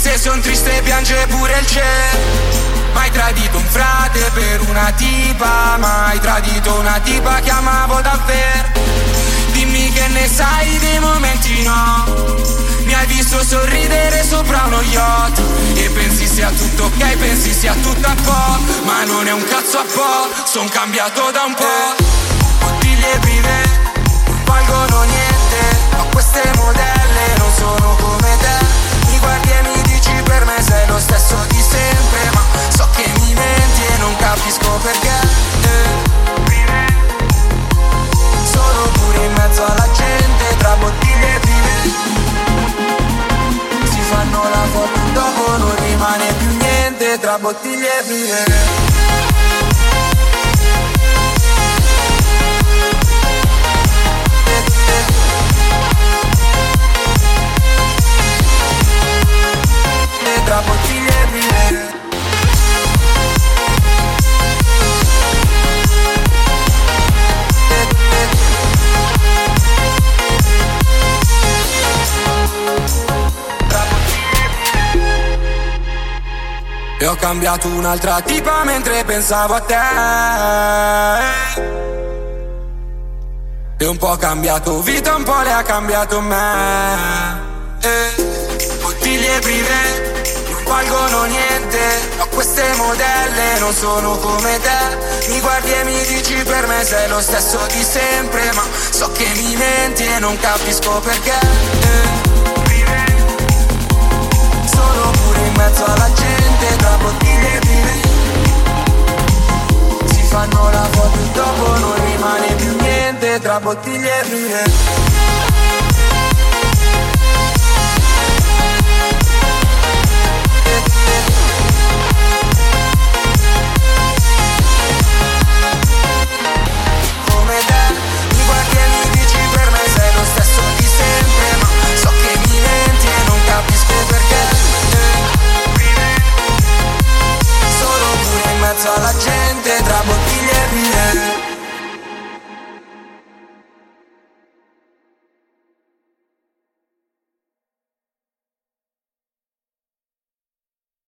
se son triste piange pure il cielo. Mai tradito un frate per una tipa, mai tradito una tipa che amavo davvero. Dimmi che ne sai dei momenti no. Mi hai visto sorridere sopra uno yacht e pensi sia tutto ok, pensi sia tutto a po', ma non è un cazzo a po', son cambiato da un po'. Bottiglie prive non valgono niente, ma queste modelle non sono come te. Mi guardi e mi dici per me sei lo stesso di sempre, ma so che mi menti e non capisco perché. Sono pure in mezzo alla gente tra bottiglie prive. Si fanno la foto dopo non rimane più niente tra bottiglie prive. Tra bottiglie prive. E ho cambiato un'altra tipa mentre pensavo a te. E un po' cambiato vita, un po' le ha cambiato me. Bottiglie prive non valgono niente, ma queste modelle non sono come te. Mi guardi e mi dici per me sei lo stesso di sempre, ma so che mi menti e non capisco perché. Sono pure in mezzo alla gente tra bottiglie prive. Si fanno la foto dopo non rimane più niente tra bottiglie prive.